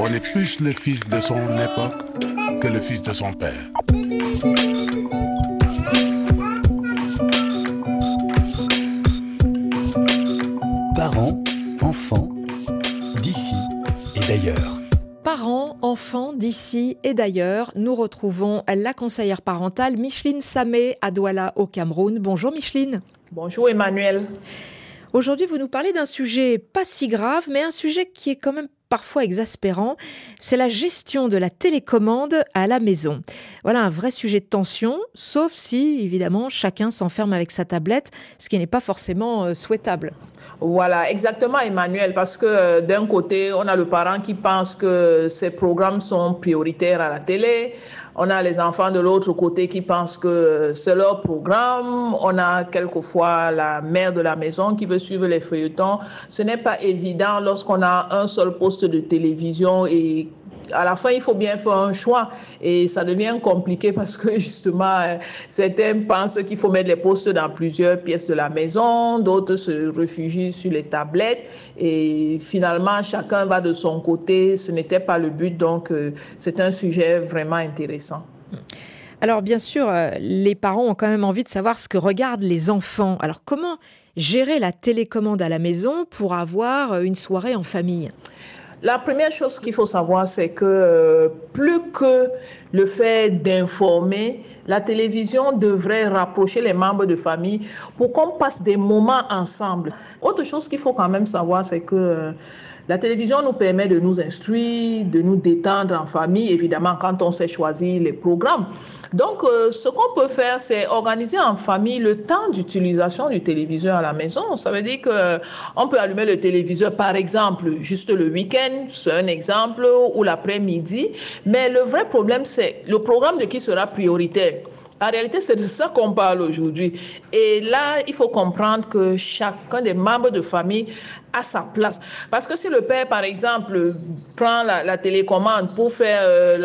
On est plus le fils de son époque que le fils de son père. Parents, enfants, d'ici et d'ailleurs. Parents, enfants d'ici et d'ailleurs, nous retrouvons la conseillère parentale Micheline Samé à Douala au Cameroun. Bonjour Micheline. Bonjour Emmanuel. Aujourd'hui, vous nous parlez d'un sujet pas si grave, mais un sujet qui est quand même parfois exaspérant. C'est la gestion de la télécommande à la maison. Voilà un vrai sujet de tension, sauf si, évidemment, chacun s'enferme avec sa tablette, ce qui n'est pas forcément souhaitable. Voilà, exactement Emmanuel, parce que d'un côté, on a le parent qui pense que ces programmes sont prioritaires à la télé. On a les enfants de l'autre côté qui pensent que c'est leur programme. On a quelquefois la mère de la maison qui veut suivre les feuilletons. Ce n'est pas évident lorsqu'on a un seul poste de télévision et à la fin, il faut bien faire un choix et ça devient compliqué parce que justement, certains pensent qu'il faut mettre les postes dans plusieurs pièces de la maison, d'autres se réfugient sur les tablettes et finalement, chacun va de son côté. Ce n'était pas le but, donc c'est un sujet vraiment intéressant. Alors bien sûr, les parents ont quand même envie de savoir ce que regardent les enfants. Alors comment gérer la télécommande à la maison pour avoir une soirée en famille ? La première chose qu'il faut savoir, c'est que plus que le fait d'informer, la télévision devrait rapprocher les membres de famille pour qu'on passe des moments ensemble. Autre chose qu'il faut quand même savoir, c'est que la télévision nous permet de nous instruire, de nous détendre en famille, évidemment quand on sait choisir les programmes. Donc, ce qu'on peut faire, c'est organiser en famille le temps d'utilisation du téléviseur à la maison. Ça veut dire qu'on peut allumer le téléviseur, par exemple, juste le week-end, c'est un exemple, ou l'après-midi. Mais le vrai problème, c'est le programme de qui sera prioritaire. En réalité, c'est de ça qu'on parle aujourd'hui. Et là, il faut comprendre que chacun des membres de famille a sa place. Parce que si le père, par exemple, prend la télécommande pour faire,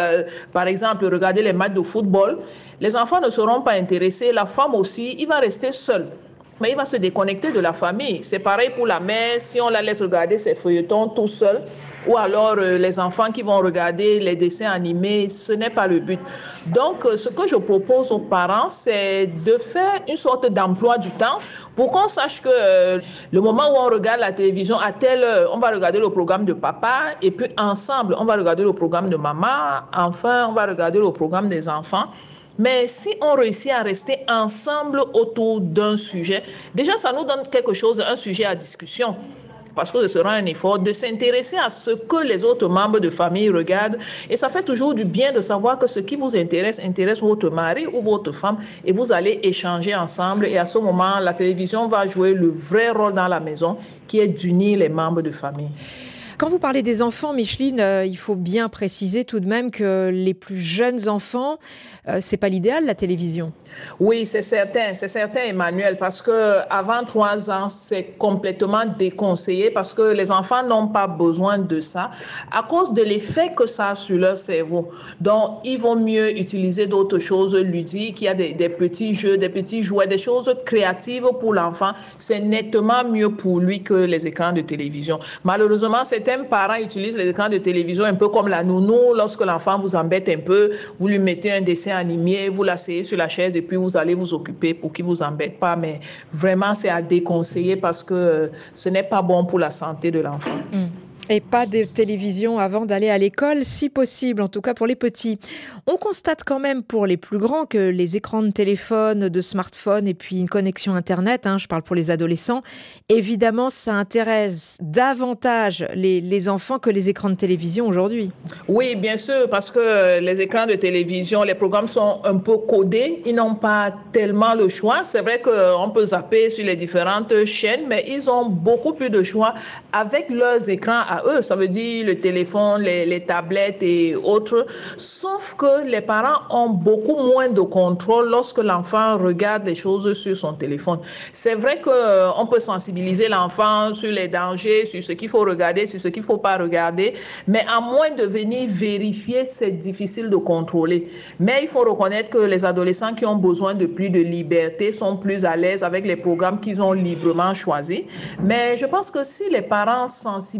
par exemple, regarder les matchs de football, les enfants ne seront pas intéressés. La femme aussi, il va rester seul. Mais il va se déconnecter de la famille. C'est pareil pour la mère, si on la laisse regarder ses feuilletons tout seul, ou alors les enfants qui vont regarder les dessins animés, ce n'est pas le but. Donc, ce que je propose aux parents, c'est de faire une sorte d'emploi du temps pour qu'on sache que le moment où on regarde la télévision, à telle heure, on va regarder le programme de papa, et puis ensemble, on va regarder le programme de maman, enfin, on va regarder le programme des enfants. Mais si on réussit à rester ensemble autour d'un sujet, déjà ça nous donne quelque chose, un sujet à discussion. Parce que ce sera un effort de s'intéresser à ce que les autres membres de famille regardent. Et ça fait toujours du bien de savoir que ce qui vous intéresse votre mari ou votre femme. Et vous allez échanger ensemble. Et à ce moment, la télévision va jouer le vrai rôle dans la maison, qui est d'unir les membres de famille. Quand vous parlez des enfants, Micheline, il faut bien préciser tout de même que les plus jeunes enfants, c'est pas l'idéal, la télévision. Oui, c'est certain, Emmanuel, parce que avant 3 ans, c'est complètement déconseillé parce que les enfants n'ont pas besoin de ça à cause de l'effet que ça a sur leur cerveau. Donc, il vaut mieux utiliser d'autres choses ludiques. Il y a des petits jeux, des petits jouets, des choses créatives pour l'enfant. C'est nettement mieux pour lui que les écrans de télévision. Malheureusement, certains parents utilisent les écrans de télévision un peu comme la nounou. Lorsque l'enfant vous embête un peu, vous lui mettez un dessin animé, vous l'asseyez sur la chaise et puis vous allez vous occuper pour qu'il ne vous embête pas. Mais vraiment, c'est à déconseiller parce que ce n'est pas bon pour la santé de l'enfant. Et pas de télévision avant d'aller à l'école, si possible, en tout cas pour les petits. On constate quand même pour les plus grands que les écrans de téléphone, de smartphone et puis une connexion Internet, je parle pour les adolescents, évidemment ça intéresse davantage les enfants que les écrans de télévision aujourd'hui. Oui, bien sûr, parce que les écrans de télévision, les programmes sont un peu codés, ils n'ont pas tellement le choix. C'est vrai qu'on peut zapper sur les différentes chaînes, mais ils ont beaucoup plus de choix avec leurs écrans à eux, ça veut dire le téléphone, les tablettes et autres, sauf que les parents ont beaucoup moins de contrôle lorsque l'enfant regarde les choses sur son téléphone. C'est vrai qu'on peut sensibiliser l'enfant sur les dangers, sur ce qu'il faut regarder, sur ce qu'il ne faut pas regarder, mais à moins de venir vérifier, c'est difficile de contrôler. Mais il faut reconnaître que les adolescents qui ont besoin de plus de liberté sont plus à l'aise avec les programmes qu'ils ont librement choisis. Mais je pense que si les parents sensibilisent les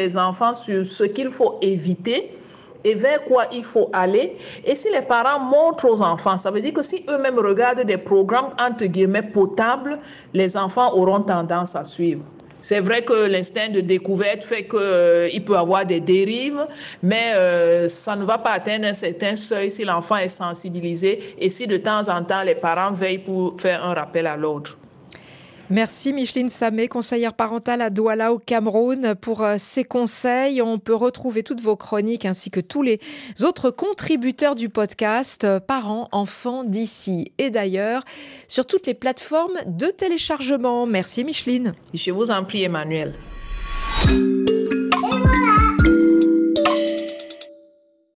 les enfants sur ce qu'il faut éviter et vers quoi il faut aller. Et si les parents montrent aux enfants, ça veut dire que si eux-mêmes regardent des programmes entre guillemets potables, les enfants auront tendance à suivre. C'est vrai que l'instinct de découverte fait qu'il peut y avoir des dérives, mais ça ne va pas atteindre un certain seuil si l'enfant est sensibilisé et si de temps en temps les parents veillent pour faire un rappel à l'ordre. Merci Micheline Samé, conseillère parentale à Douala au Cameroun, pour ces conseils. On peut retrouver toutes vos chroniques ainsi que tous les autres contributeurs du podcast Parents, enfants d'ici et d'ailleurs sur toutes les plateformes de téléchargement. Merci Micheline. Je vous en prie Emmanuel.